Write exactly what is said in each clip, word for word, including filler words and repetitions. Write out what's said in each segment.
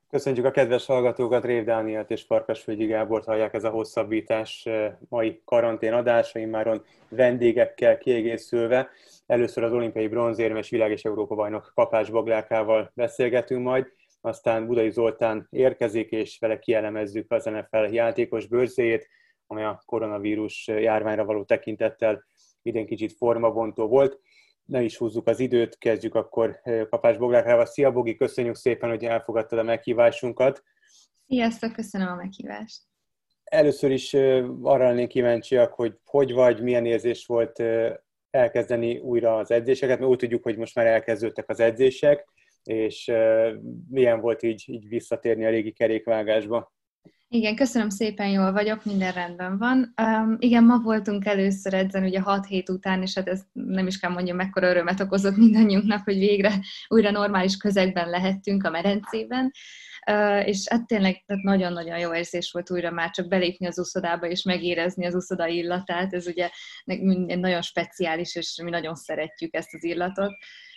Köszöntjük a kedves hallgatókat, Rév Dánielt és Farkasvölgyi Gábort hallják, ez a hosszabbítás mai karantén adása, immáron vendégekkel kiegészülve. Először az olimpiai bronzérmes világ- és Európa-bajnok Kapács Boglárkával beszélgetünk majd, aztán Budai Zoltán érkezik, és vele kielemezzük az en ef el játékos bőrzéjét, amely a koronavírus járványra való tekintettel idén kicsit formabontó volt. Ne is húzzuk az időt, kezdjük akkor Kapács Boglárkával. Szia Bogi, köszönjük szépen, hogy elfogadtad a meghívásunkat. Sziasztok, köszönöm a meghívást. Először is arra lennénk kíváncsiak, hogy hogy vagy, milyen érzés volt elkezdeni újra az edzéseket, mert úgy tudjuk, hogy most már elkezdődtek az edzések, és milyen volt így, így visszatérni a régi kerékvágásba? Igen, köszönöm szépen, jól vagyok, minden rendben van. Um, igen, ma voltunk először edzeni, ugye hat hét után, és hát ez nem is kell mondjam, mekkora örömet okozott mindannyiunknak, hogy végre újra normális közegben lehettünk a medencében. Uh, és hát tényleg nagyon-nagyon jó érzés volt újra már csak belépni az uszodába, és megérezni az uszoda illatát. Ez ugye nagyon speciális, és mi nagyon szeretjük ezt az illatot.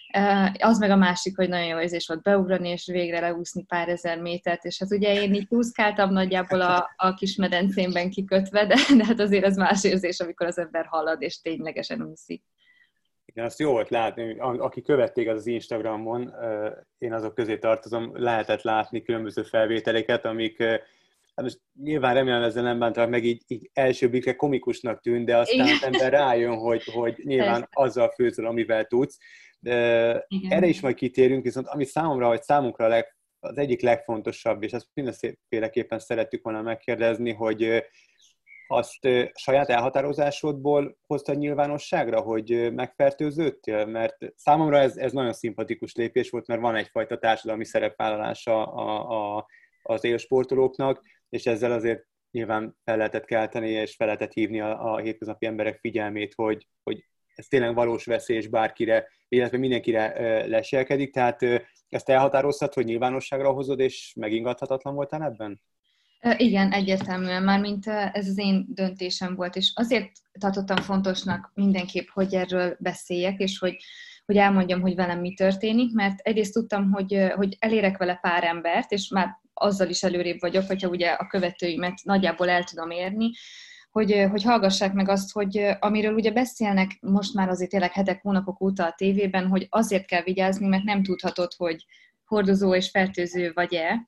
Az meg a másik, hogy nagyon jó érzés volt beugrani, és végre leúszni pár ezer métert, és hát ugye én így úszkáltam nagyjából a, a kis medencémben kikötve, de, de hát azért ez más érzés, amikor az ember halad, és ténylegesen úszik. Igen, azt jó volt látni, aki követték az, az Instagramon, én azok közé tartozom, lehetett látni különböző felvételeket, amik hát most nyilván remélem ezzel nem bántak meg, így, így első blikre komikusnak tűnt, de aztán igen. Az ember rájön, hogy, hogy nyilván Persze. azzal főzöl, amivel tudsz. De erre is majd kitérünk, viszont ami számomra, vagy számunkra leg, az egyik legfontosabb, és ezt mindenféleképpen szerettük volna megkérdezni, hogy azt saját elhatározásodból hoztad nyilvánosságra, hogy megfertőződtél? Mert számomra ez, ez nagyon szimpatikus lépés volt, mert van egyfajta társadalmi szerepvállalása a, a, az élsportolóknak, és ezzel azért nyilván fel lehetett kelteni, és fel lehetett hívni a, a hétköznapi emberek figyelmét, hogy, hogy ez tényleg valós veszély, és bárkire, illetve mindenkire leselkedik, tehát ezt elhatároztad, hogy nyilvánosságra hozod, és megingathatatlan voltál ebben? Igen, egyértelműen, mármint ez az én döntésem volt, és azért tartottam fontosnak mindenképp, hogy erről beszéljek, és hogy, hogy elmondjam, hogy velem mi történik, mert egyrészt tudtam, hogy, hogy elérek vele pár embert, és már azzal is előrébb vagyok, hogyha ugye a követőimet nagyjából el tudom érni, Hogy, hogy hallgassák meg azt, hogy amiről ugye beszélnek most már azért tényleg hetek, hónapok óta a tévében, hogy azért kell vigyázni, mert nem tudhatod, hogy hordozó és fertőző vagy-e.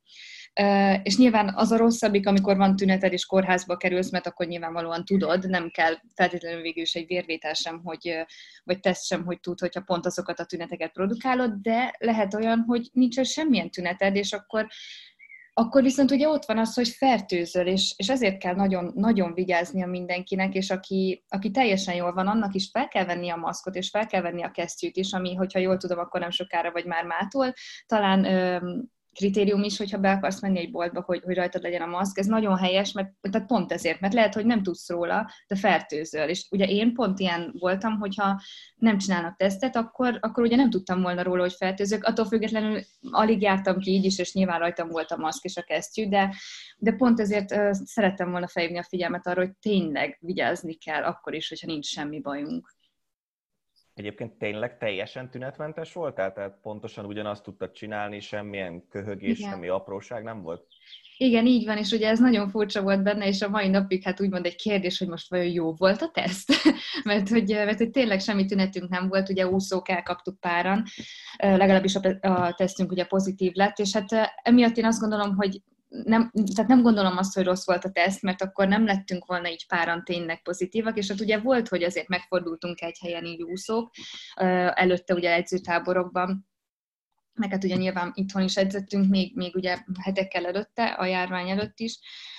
És nyilván az a rosszabbik, amikor van tüneted és kórházba kerülsz, mert akkor nyilvánvalóan tudod, nem kell feltétlenül végül is egy vérvétel sem, hogy, vagy teszt sem, hogy tud, hogyha pont azokat a tüneteket produkálod, de lehet olyan, hogy nincs semmilyen tüneted, és akkor Akkor viszont ugye ott van az, hogy fertőzöl, és, és ezért kell nagyon, nagyon vigyáznia mindenkinek, és aki, aki teljesen jól van, annak is fel kell venni a maszkot, és fel kell venni a kesztyűt is, ami, hogyha jól tudom, akkor nem sokára vagy már mától. Talán öm, kritérium is, hogyha be akarsz menni egy boltba, hogy, hogy rajtad legyen a maszk. Ez nagyon helyes, mert tehát pont ezért, mert lehet, hogy nem tudsz róla, de fertőzöl. És ugye én pont ilyen voltam, hogyha nem csinálnak tesztet, akkor, akkor ugye nem tudtam volna róla, hogy fertőzök. Attól függetlenül alig jártam ki így is, és nyilván rajtam volt a maszk és a kesztyű, de, de pont ezért uh, szerettem volna felhívni a figyelmet arra, hogy tényleg vigyázni kell akkor is, hogyha nincs semmi bajunk. Egyébként tényleg teljesen tünetmentes voltál? Tehát pontosan ugyanazt tudtad csinálni, semmilyen köhögés, Igen. semmi apróság nem volt? Igen, így van, és ugye ez nagyon furcsa volt benne, és a mai napig hát úgymond egy kérdés, hogy most vajon jó volt a teszt? mert, hogy, mert hogy tényleg semmi tünetünk nem volt, ugye úszók elkaptuk páran, legalábbis a, a tesztünk ugye pozitív lett, és hát emiatt én azt gondolom, hogy Nem, tehát nem gondolom azt, hogy rossz volt a teszt, mert akkor nem lettünk volna így páran tényleg pozitívak, és hát ugye volt, hogy azért megfordultunk egy helyen így úszók, előtte ugye edzőtáborokban, meg hát ugye nyilván itthon is edzettünk, még, még ugye hetekkel előtte, a járvány előtt is.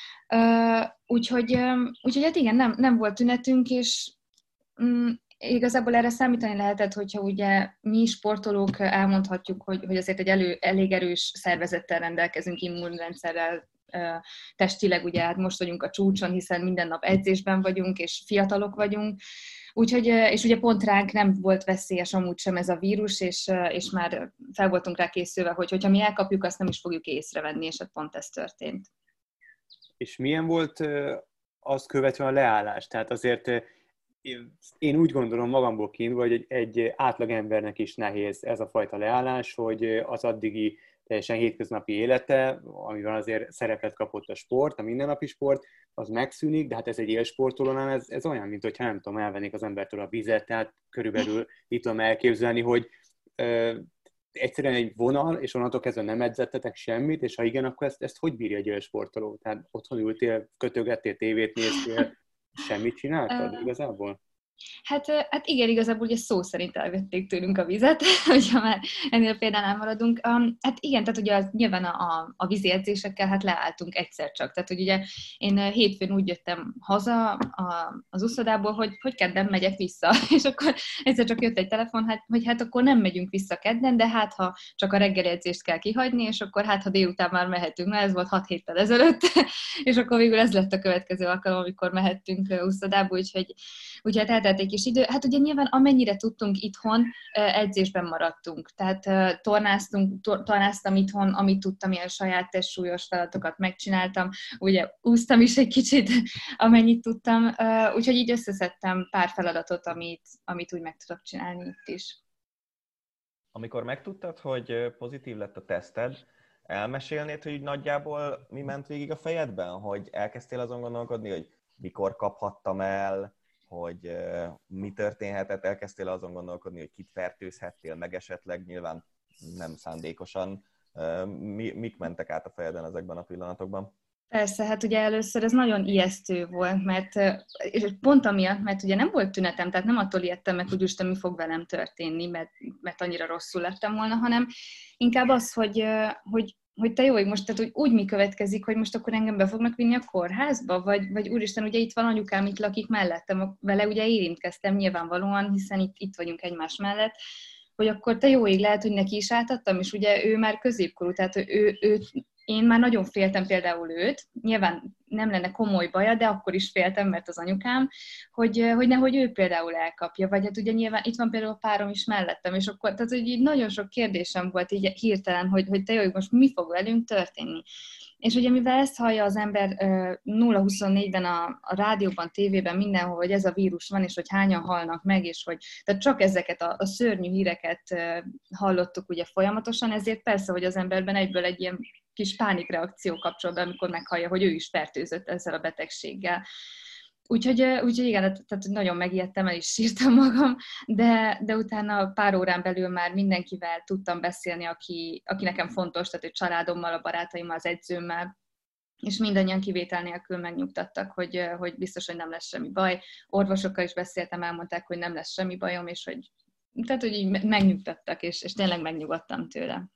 Úgyhogy, úgyhogy hát igen, nem, nem volt tünetünk, és mm, igazából erre számítani lehetett, hogyha ugye mi sportolók elmondhatjuk, hogy, hogy azért egy elő, elég erős szervezettel rendelkezünk, immunrendszerrel, testileg ugye hát most vagyunk a csúcson, hiszen minden nap edzésben vagyunk, és fiatalok vagyunk, úgyhogy, és ugye pont ránk nem volt veszélyes amúgy sem ez a vírus, és, és már fel voltunk rá készülve, hogy hogyha mi elkapjuk, azt nem is fogjuk észrevenni, és hát pont ez történt. És milyen volt az követően a leállás? Tehát azért én úgy gondolom magamból kiindulva, hogy egy, egy átlag embernek is nehéz ez a fajta leállás, hogy az addigi teljesen hétköznapi élete, amivel azért szerepet kapott a sport, a mindennapi sport, az megszűnik, de hát ez egy élsportolónál, ez, ez olyan, mint hogyha nem tudom, elvennék az embertől a vizet, tehát körülbelül itt tudom elképzelni, hogy ö, egyszerűen egy vonal, és onnantól kezdve nem edzettetek semmit, és ha igen, akkor ezt, ezt hogy bírja egy élsportoló? Tehát otthon ültél, kötögettél, tévét néztél, semmit csináltad igazából? Hát, hát igen, igazából ugye szó szerint elvették tőlünk a vizet, hogyha már ennél példánál maradunk. Um, hát igen, tehát ugye az, nyilván a, a, a vízi edzésekkel hát leálltunk egyszer csak. Tehát, hogy ugye én hétfőn úgy jöttem haza a, az uszodából, hogy, hogy kedden megyek vissza. És akkor egyszer csak jött egy telefon, hát, hogy hát akkor nem megyünk vissza kedden, de hát ha csak a reggeli edzést kell kihagyni, és akkor hát ha délután már mehetünk. Na ez volt hat héttel ezelőtt, és akkor végül ez lett a következő alkalom, amikor mehettünk uszodába, úgyhogy, úgyhogy hát eltelt egy kis idő. Hát ugye nyilván amennyire tudtunk itthon, edzésben maradtunk. Tehát tornáztunk, tornáztam itthon, amit tudtam, ilyen saját testsúlyos feladatokat megcsináltam, ugye úsztam is egy kicsit, amennyit tudtam, úgyhogy így összeszedtem pár feladatot, amit, amit úgy meg tudok csinálni itt is. Amikor megtudtad, hogy pozitív lett a teszted, elmesélnéd, hogy nagyjából mi ment végig a fejedben? Hogy elkezdtél azon gondolkodni, hogy mikor kaphattam el, hogy uh, mi történhetett, elkezdtél azon gondolkodni, hogy kit fertőzhettél meg esetleg, nyilván nem szándékosan. Uh, mi, mik mentek át a fejeden ezekben a pillanatokban? Persze, hát ugye először ez nagyon ijesztő volt, mert és pont amiatt, mert ugye nem volt tünetem, tehát nem attól ijedtem meg, hogy Isten mi fog velem történni, mert, mert annyira rosszul lettem volna, hanem inkább az, hogy, hogy hogy te jó, hogy most tehát, hogy úgy mi következik, hogy most akkor engem be fognak vinni a kórházba, vagy, vagy úristen, ugye itt van anyukám, itt lakik mellettem, vele ugye érintkeztem nyilvánvalóan, hiszen itt, itt vagyunk egymás mellett, hogy akkor te jó ég, lehet, hogy neki is átadtam, és ugye ő már középkorú, tehát ő, ő, én már nagyon féltem például őt, nyilván nem lenne komoly baja, de akkor is féltem, mert az anyukám, hogy, hogy nehogy ő például elkapja, vagy hát ugye nyilván itt van például a párom is mellettem, és akkor, tehát hogy így nagyon sok kérdésem volt így hirtelen, hogy, hogy te jó, most mi fog velünk történni. És ugye mivel ezt hallja az ember nulla huszonnégyben a, a rádióban, tévében, mindenhol, hogy ez a vírus van, és hogy hányan halnak meg, és hogy tehát csak ezeket a, a szörnyű híreket hallottuk ugye folyamatosan, ezért persze, hogy az emberben egyből egy ilyen kis pánikreakció kapcsol be, amikor meghallja, hogy ő is fertőzött ezzel a betegséggel. Úgyhogy, úgyhogy igen, tehát nagyon megijedtem, el is sírtam magam, de, de utána pár órán belül már mindenkivel tudtam beszélni, aki, aki nekem fontos, tehát a családommal, a barátaimmal, az edzőmmel, és mindannyian kivétel nélkül megnyugtattak, hogy, hogy biztos, hogy nem lesz semmi baj. Orvosokkal is beszéltem, elmondták, hogy nem lesz semmi bajom, és hogy, tehát, hogy így megnyugtattak, és, és tényleg megnyugodtam tőle.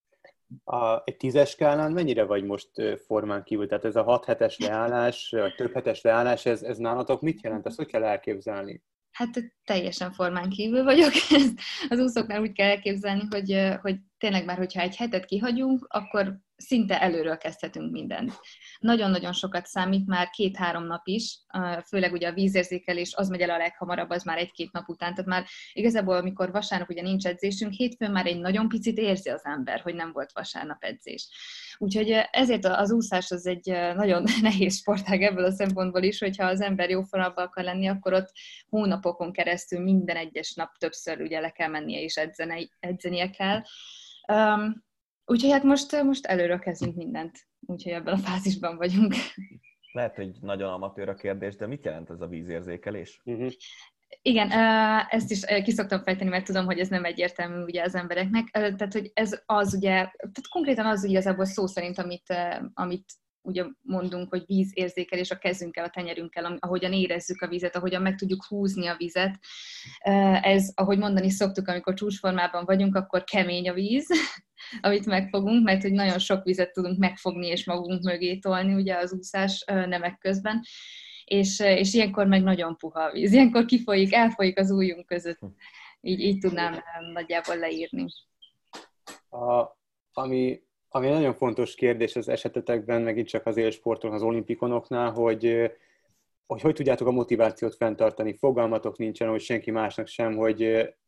A, egy tízes skálán mennyire vagy most formán kívül? Tehát ez a hat hetes leállás, a több hetes leállás, ez, ez nálatok mit jelent? Ezt hogy kell elképzelni? Hát teljesen formán kívül vagyok. Az úszóknál úgy kell elképzelni, hogy, hogy tényleg már, hogyha egy hetet kihagyunk, akkor szinte előről kezdhetünk mindent. Nagyon-nagyon sokat számít, már két-három nap is, főleg ugye a vízérzékelés, az megy el a leghamarabb, az már egy-két nap után. Tehát már igazából, amikor vasárnap ugye nincs edzésünk, hétfőn már egy nagyon picit érzi az ember, hogy nem volt vasárnap edzés. Úgyhogy ezért az úszás az egy nagyon nehéz sportág ebből a szempontból is, hogyha az ember jó formában akar lenni, akkor ott hónapokon keresztül minden egyes nap többször ugye le kell mennie és edzeni, edzenie kell. Um, úgyhogy hát most, most előről kezdünk mindent. Úgyhogy ebben a fázisban vagyunk. Lehet, hogy nagyon amatőr a kérdés, de mit jelent ez a vízérzékelés? Uh-huh. Igen, ezt is ki szoktam fejteni, mert tudom, hogy ez nem egyértelmű ugye az embereknek. Tehát, hogy ez az ugye, tehát konkrétan az igazából szó szerint, amit, amit ugye mondunk, hogy vízérzékelés a kezünkkel, a tenyerünkkel, ahogyan érezzük a vizet, ahogyan meg tudjuk húzni a vizet. Ez, ahogy mondani szoktuk, amikor csúcsformában vagyunk, akkor kemény a víz, amit megfogunk, mert hogy nagyon sok vizet tudunk megfogni és magunk mögé tolni ugye az úszás nemek közben. És, és ilyenkor meg nagyon puha a víz. Ilyenkor kifolyik, elfolyik az ujjunk között. Így, így tudnám nagyjából leírni. A, ami, ami nagyon fontos kérdés az esetetekben, megint csak az élsporton, az olimpikonoknál, hogy, hogy hogy tudjátok a motivációt fenntartani. Fogalmatok nincsen, hogy senki másnak sem, hogy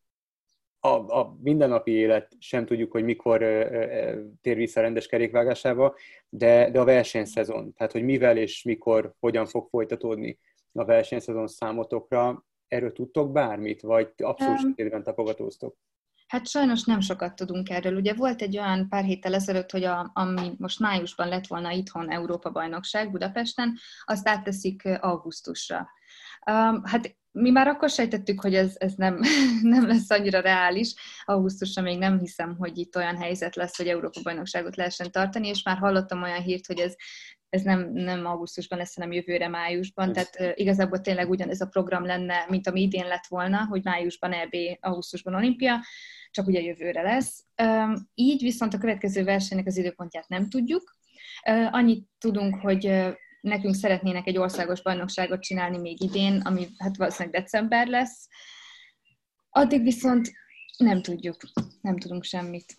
a, a mindennapi élet sem tudjuk, hogy mikor tér vissza a rendes kerékvágásába, de, de a versenyszezon, tehát hogy mivel és mikor, hogyan fog folytatódni a versenyszezon számotokra, erről tudtok bármit, vagy abszolút sötétben tapogatóztok? Hát sajnos nem sokat tudunk erről. Ugye volt egy olyan pár héttel ezelőtt, hogy a, ami most májusban lett volna itthon Európa-bajnokság Budapesten, azt átteszik augusztusra. Um, hát mi már akkor sejtettük, hogy ez, ez nem, nem lesz annyira reális. Augusztusra még nem hiszem, hogy itt olyan helyzet lesz, hogy Európa-bajnokságot lehessen tartani, és már hallottam olyan hírt, hogy ez, ez nem, nem augusztusban lesz, hanem jövőre májusban. Tehát uh, igazából tényleg ugyanez a program lenne, mint ami idén lett volna, hogy májusban é bé, augusztusban olimpia, csak ugye jövőre lesz. Um, így viszont a következő versenynek az időpontját nem tudjuk. Uh, annyit tudunk, hogy uh, nekünk szeretnének egy országos bajnokságot csinálni még idén, ami hát valószínűleg december lesz. Addig viszont nem tudjuk, nem tudunk semmit.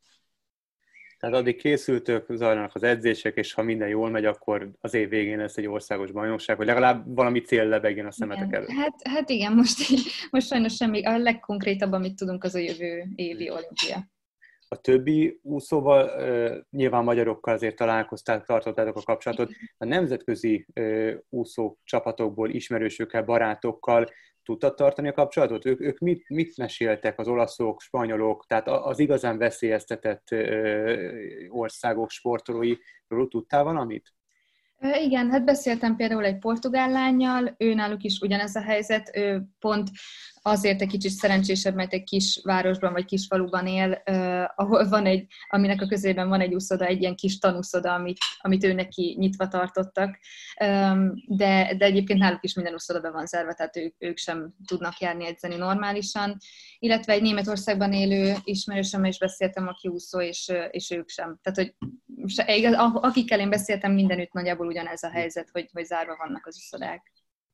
Tehát addig készültök, zajlanak az edzések, és ha minden jól megy, akkor az év végén lesz egy országos bajnokság, hogy legalább valami cél lebegjen a szemetek előtt. Hát, hát igen, most, most sajnos semmi, a legkonkrétabb, amit tudunk, az a jövő évi olimpia. A többi úszóval, uh, nyilván magyarokkal azért találkozták, tartottátok a kapcsolatot. A nemzetközi uh, úszó csapatokból, ismerősökkel, barátokkal tudtad tartani a kapcsolatot? Ők, ők mit, mit meséltek, az olaszok, spanyolok, tehát az igazán veszélyeztetett uh, országok sportolóiról tudtál valamit? Igen, hát beszéltem például egy portugál lánnyal, ő náluk is ugyanez a helyzet, ő pont azért egy kicsit szerencsésebb, mert egy kis városban vagy kis faluban él, eh, ahol van egy, aminek a közében van egy úszoda, egy ilyen kis tanúszoda, amit, amit ő neki nyitva tartottak, um, de, de egyébként náluk is minden úszoda be van zárva, tehát ők, ők sem tudnak járni edzeni normálisan, illetve egy Németországban élő ismerősömmel is beszéltem, aki úszó, és, és ők sem. Tehát, hogy igaz, akikkel én beszéltem, mindenütt nagyjából ugyanez a helyzet, hogy, hogy zárva vannak az uszodák.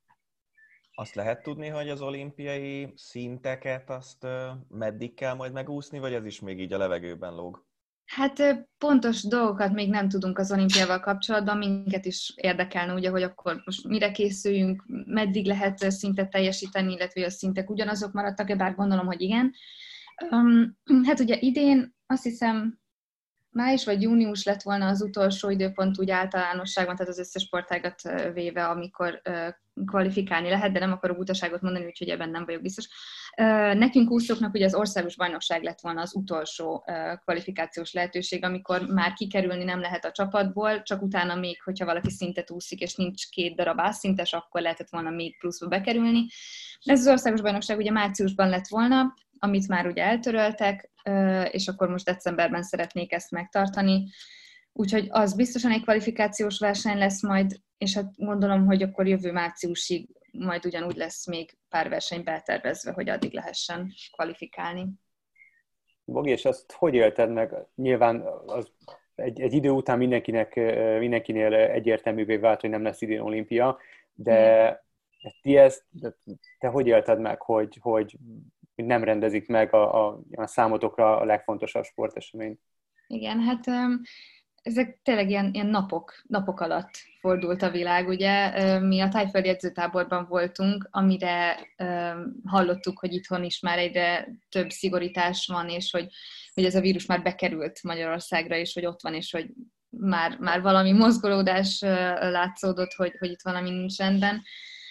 Azt lehet tudni, hogy az olimpiai szinteket azt meddig kell majd megúszni, vagy ez is még így a levegőben lóg? Hát pontos dolgokat még nem tudunk az olimpiával kapcsolatban, minket is érdekelne, ugye, hogy akkor most mire készüljünk, meddig lehet szintet teljesíteni, illetve a szintek ugyanazok maradtak-e, bár gondolom, hogy igen. Um, hát ugye idén azt hiszem május vagy június lett volna az utolsó időpont úgy általánosságban, tehát az összes sportágat véve, amikor kvalifikálni lehet, de nem akarok butaságot mondani, úgyhogy ebben nem vagyok biztos. Nekünk úszóknak ugye az országos bajnokság lett volna az utolsó kvalifikációs lehetőség, amikor már kikerülni nem lehet a csapatból, csak utána még, hogyha valaki szintet úszik, és nincs két darab ászintes, akkor lehetett volna még pluszba bekerülni. Ez az országos bajnokság ugye márciusban lett volna, amit már ugye eltöröltek, és akkor most decemberben szeretnék ezt megtartani. Úgyhogy az biztosan egy kvalifikációs verseny lesz majd, és hát gondolom, hogy akkor jövő márciusig majd ugyanúgy lesz még pár verseny betervezve, hogy addig lehessen kvalifikálni. Bogi, és azt hogy élted meg? Nyilván az egy, egy idő után mindenkinek, mindenkinél egyértelművé vált, hogy nem lesz idén olimpia, de ti ezt, te hogy élted meg, hogy, hogy nem rendezik meg a, a, a számotokra a legfontosabb sporteseményt? Igen, hát ezek tényleg ilyen, ilyen napok, napok alatt fordult a világ, ugye. Mi a tájföldi edzőtáborban voltunk, amire hallottuk, hogy itthon is már egyre több szigorítás van, és hogy, hogy ez a vírus már bekerült Magyarországra, és hogy ott van, és hogy már, már valami mozgolódás látszódott, hogy, hogy itt valami nincs rendben.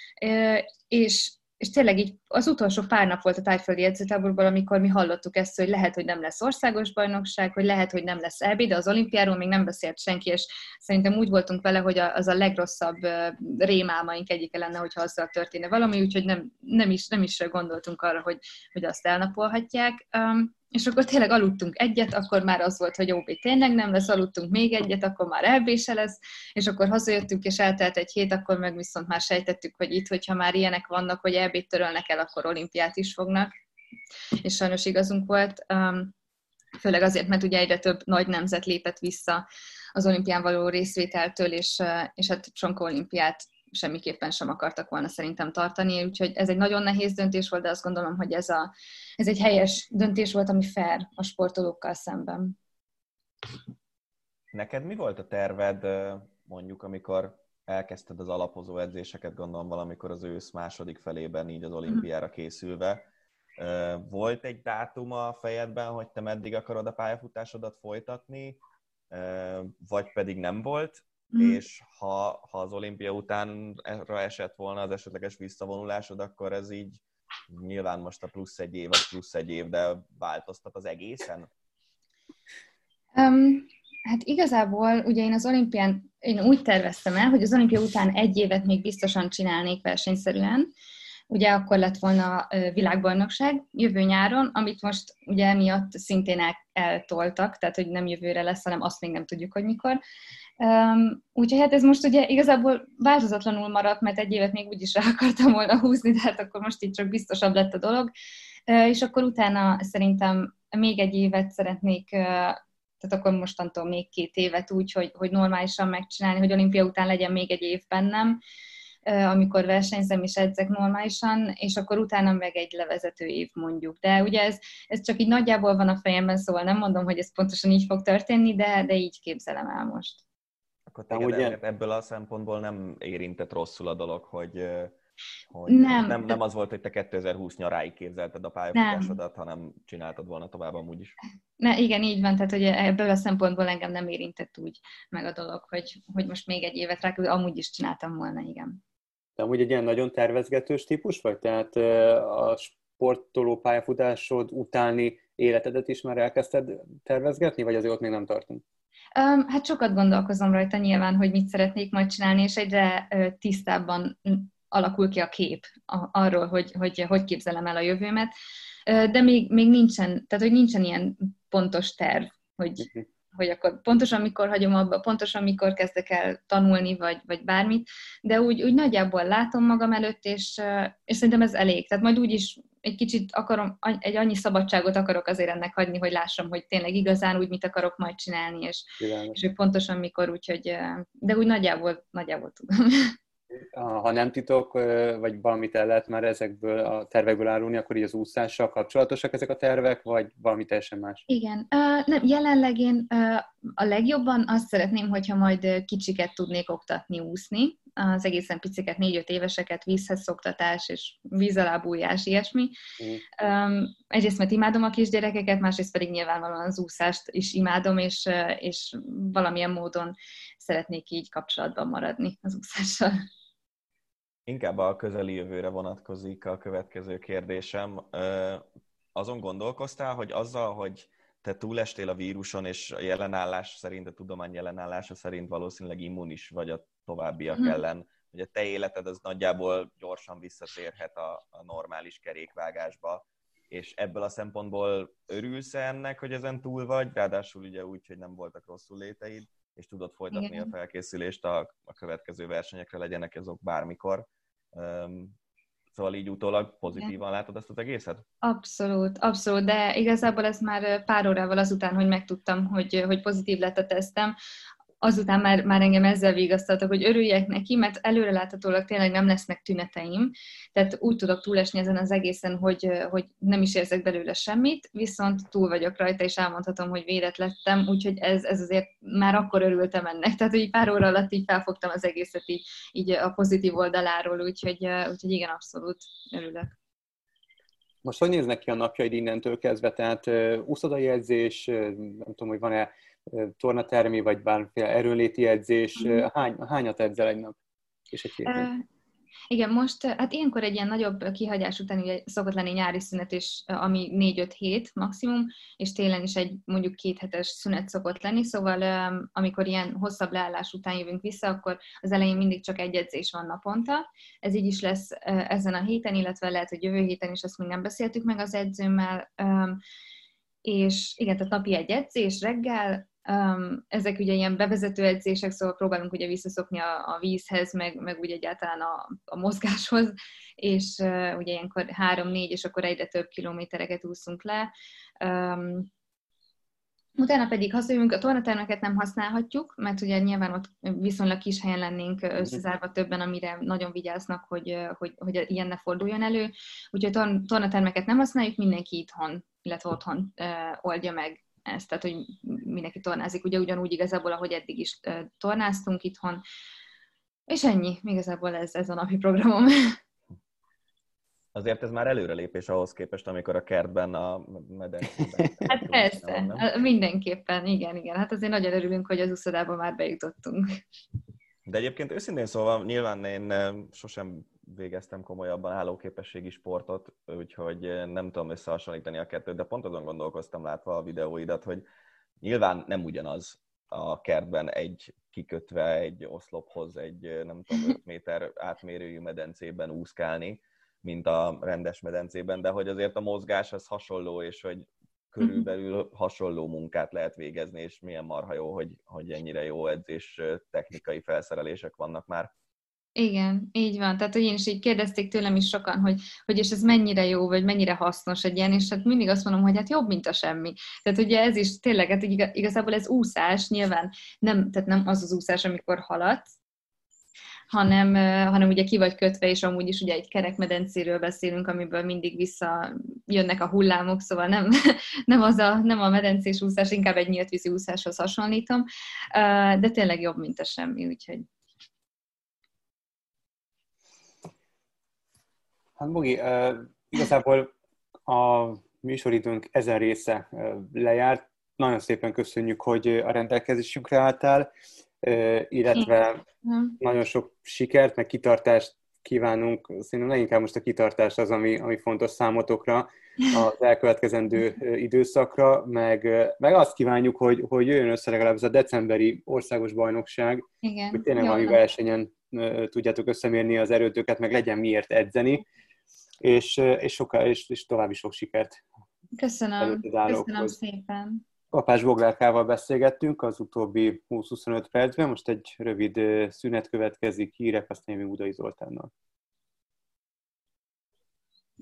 És És tényleg így az utolsó pár nap volt a tájföldi edzőtáborban, amikor mi hallottuk ezt, hogy lehet, hogy nem lesz országos bajnokság, hogy lehet, hogy nem lesz é bé, de az olimpiáról még nem beszélt senki, és szerintem úgy voltunk vele, hogy az a legrosszabb rémálmaink egyike lenne, hogyha azzal történne valami, úgyhogy nem, nem, is, nem is gondoltunk arra, hogy, hogy azt elnapolhatják. Um, és akkor tényleg aludtunk egyet, akkor már az volt, hogy ó bé tényleg nem lesz, aludtunk még egyet, akkor már é bé se lesz, és akkor hazajöttünk, és eltelt egy hét, akkor meg viszont már sejtettük, hogy itt, hogyha már ilyenek vannak, hogy é bét törölnek el, akkor olimpiát is fognak, és sajnos igazunk volt, főleg azért, mert ugye egyre több nagy nemzet lépett vissza az olimpián való részvételtől, és, és hát sonka olimpiát semmiképpen sem akartak volna szerintem tartani, úgyhogy ez egy nagyon nehéz döntés volt, de azt gondolom, hogy ez, a, ez egy helyes döntés volt, ami fair a sportolókkal szemben. Neked mi volt a terved, mondjuk, amikor elkezdted az alapozó edzéseket, gondolom valamikor az ősz második felében, így az olimpiára készülve? Volt egy dátum a fejedben, hogy te meddig akarod a pályafutásodat folytatni, vagy pedig nem volt? Mm. És ha, ha az olimpia után erre esett volna az esetleges visszavonulásod, akkor ez így Nyilván most a plusz egy év, az plusz egy év, de változtat az egészen? Um, hát igazából ugye én az olimpián, én úgy terveztem el, hogy az olimpia után egy évet még biztosan csinálnék versenyszerűen. Ugye akkor lett volna világbajnokság jövő nyáron, amit most ugye emiatt szintén el, eltoltak, tehát hogy nem jövőre lesz, hanem azt még nem tudjuk, hogy mikor. Um, úgyhogy hát ez most ugye igazából változatlanul maradt, mert egy évet még úgyis rá akartam volna húzni, de hát akkor most így csak biztosabb lett a dolog. Uh, és akkor utána szerintem még egy évet szeretnék, uh, tehát akkor mostantól még két évet úgy, hogy, hogy normálisan megcsinálni, hogy olimpia után legyen még egy év bennem, amikor versenyzem és edzek normálisan, és akkor utána meg egy levezető év mondjuk. De ugye ez, ez csak így nagyjából van a fejemben, szóval nem mondom, hogy ez pontosan így fog történni, de, de így képzelem el most. Akkor téged ugye... ebből a szempontból nem érintett rosszul a dolog, hogy, hogy nem. Nem, nem az volt, hogy te kétezer-húsz nyaráig képzelted a pályafutásodat, hanem csináltad volna tovább amúgy is. Ne, igen, így van, tehát hogy ebből a szempontból engem nem érintett úgy meg a dolog, hogy, hogy most még egy évet rá, amúgy is csináltam volna, igen. De amúgy egy ilyen nagyon tervezgetős típus vagy? Tehát a sportoló pályafutásod utáni életedet is már elkezdted tervezgetni, vagy azért ott még nem tartunk? Um, hát sokat gondolkozom rajta nyilván, hogy mit szeretnék majd csinálni, és egyre uh, tisztábban alakul ki a kép a, arról, hogy, hogy hogy képzelem el a jövőmet, uh, de még, még nincsen, tehát hogy nincsen ilyen pontos terv, hogy... Uh-huh. hogy akkor pontosan mikor hagyom abba, pontosan mikor kezdek el tanulni, vagy, vagy bármit, de úgy, úgy nagyjából látom magam előtt, és, és szerintem ez elég. Tehát majd úgyis egy kicsit akarom, egy annyi szabadságot akarok azért ennek hagyni, hogy lássam, hogy tényleg igazán úgy mit akarok majd csinálni, és, és hogy pontosan mikor, úgyhogy, de úgy nagyjából, nagyjából tudom. Ha nem titok, vagy valamit el lehet már ezekből a tervekből árulni, akkor így az úszással kapcsolatosak ezek a tervek, vagy valami teljesen más? Igen. Uh, nem, jelenleg én uh, a legjobban azt szeretném, hogyha majd kicsiket tudnék oktatni úszni, az egészen piciket, négy-öt éveseket, vízhez szoktatás és víz alá bújás, ilyesmi. Mm. Um, egyrészt, mert imádom a kisgyerekeket, másrészt pedig nyilvánvalóan az úszást is imádom, és, uh, és valamilyen módon szeretnék így kapcsolatban maradni az úszással. Inkább a közeli jövőre vonatkozik a következő kérdésem. Azon gondolkoztál, hogy azzal, hogy te túlestél a víruson, és a jelenállás szerint, a tudomány jelenállása szerint valószínűleg immunis vagy a továbbiak hmm. ellen, hogy a te életed az nagyjából gyorsan visszatérhet a, a normális kerékvágásba, és ebből a szempontból örülsz ennek, hogy ezen túl vagy, ráadásul ugye úgy, hogy nem voltak rosszul léteid, és tudod folytatni Igen. a felkészülést a, a következő versenyekre, legyenek azok bármikor. Um, szóval így utólag pozitívan látod ezt az egészet? Abszolút, abszolút, de igazából ez már pár órával azután, hogy megtudtam, hogy, hogy pozitív lett a tesztem, azután már, már engem ezzel vigasztaltak, hogy örüljek neki, mert előreláthatólag tényleg nem lesznek tüneteim, tehát úgy tudok túlesni ezen az egészen, hogy, hogy nem is érzek belőle semmit, viszont túl vagyok rajta, és elmondhatom, hogy védett lettem, úgyhogy ez, ez azért már akkor örültem ennek, tehát hogy pár óra alatt így felfogtam az egészet így, így a pozitív oldaláról, úgyhogy, úgyhogy igen, abszolút örülök. Most hogy néznek ki a napjaid innentől kezdve? Tehát úszodai edzés, nem tudom, hogy van-e tornatermi, vagy bármiféle erőnléti edzés, hány, hányat edzel egy nap? És egy héten? Uh, igen, most, hát ilyenkor egy ilyen nagyobb kihagyás után ugye szokott lenni nyári szünet, és ami négy-öt hét maximum, és télen is egy mondjuk két hetes szünet szokott lenni, szóval um, amikor ilyen hosszabb leállás után jövünk vissza, akkor az elején mindig csak egy edzés van naponta. Ez így is lesz uh, ezen a héten, illetve lehet, hogy jövő héten is, ezt még nem beszéltük meg az edzőmmel, um, és igen, tehát napi egy edzés reggel. Um, ezek ugye ilyen bevezető edzések, szóval próbálunk ugye visszaszokni a, a vízhez, meg, meg úgy egyáltalán a, a mozgáshoz, és uh, ugye ilyenkor három-négy, és akkor egyre több kilométereket úszunk le. Um, utána pedig hazajövünk, a tornatermeket nem használhatjuk, mert ugye nyilván ott viszonylag kis helyen lennénk összezárva többen, amire nagyon vigyáznak, hogy, hogy, hogy ilyen ne forduljon elő. Úgyhogy a tornatermeket nem használjuk, mindenki itthon, illetve otthon uh, oldja meg ezt, tehát, hogy mindenki tornázik, ugye ugyanúgy igazából, ahogy eddig is uh, tornáztunk itthon, és ennyi, igazából ez, ez a napi programom. Azért ez már előrelépés ahhoz képest, amikor a kertben, a medencében... Hát persze, van, mindenképpen, igen, igen. Hát azért nagyon örülünk, hogy az úszodában már bejutottunk. De egyébként őszintén szóval nyilván én sosem végeztem komolyabban állóképességi sportot, úgyhogy nem tudom összehasonlítani a kettőt, de pont azon gondolkoztam látva a videóidat, hogy nyilván nem ugyanaz a kertben egy kikötve egy oszlophoz, egy nem tudom, öt méter átmérőjű medencében úszkálni, mint a rendes medencében, de hogy azért a mozgás az hasonló, és hogy körülbelül hasonló munkát lehet végezni, és milyen marha jó, hogy, hogy ennyire jó edzés technikai felszerelések vannak már. Igen, így van. Tehát, hogy én is így kérdezték tőlem is sokan, hogy, hogy és ez mennyire jó, vagy mennyire hasznos egy ilyen, és hát mindig azt mondom, hogy hát jobb, mint a semmi. Tehát ugye ez is tényleg, hát igazából ez úszás, nyilván nem, tehát nem az az úszás, amikor haladsz, hanem, hanem ugye ki vagy kötve, és amúgy is ugye egy kerekmedencéről beszélünk, amiből mindig visszajönnek a hullámok, szóval nem, nem, az a, nem a medencés úszás, inkább egy nyílt vízi úszáshoz hasonlítom, de tényleg jobb, mint a semmi, úgyhogy. Hát Bogi, uh, igazából a műsoridőnk ezen része uh, lejárt. Nagyon szépen köszönjük, hogy a rendelkezésünkre álltál, uh, illetve Igen. nagyon sok sikert, meg kitartást kívánunk. Szerintem leginkább most a kitartás az, ami, ami fontos számotokra az elkövetkezendő időszakra, meg, meg azt kívánjuk, hogy, hogy jöjjön össze legalább ez a decemberi országos bajnokság, Igen. hogy tényleg valami versenyen uh, tudjátok összemérni az erőtöket, meg legyen miért edzeni. És, és, soká, és, és további sok sikert. Köszönöm, köszönöm szépen. Kapás Boglárkával beszélgettünk az utóbbi húsz-huszonöt percben, most egy rövid szünet következik, hírek, aztán jövünk Budai Zoltánnal.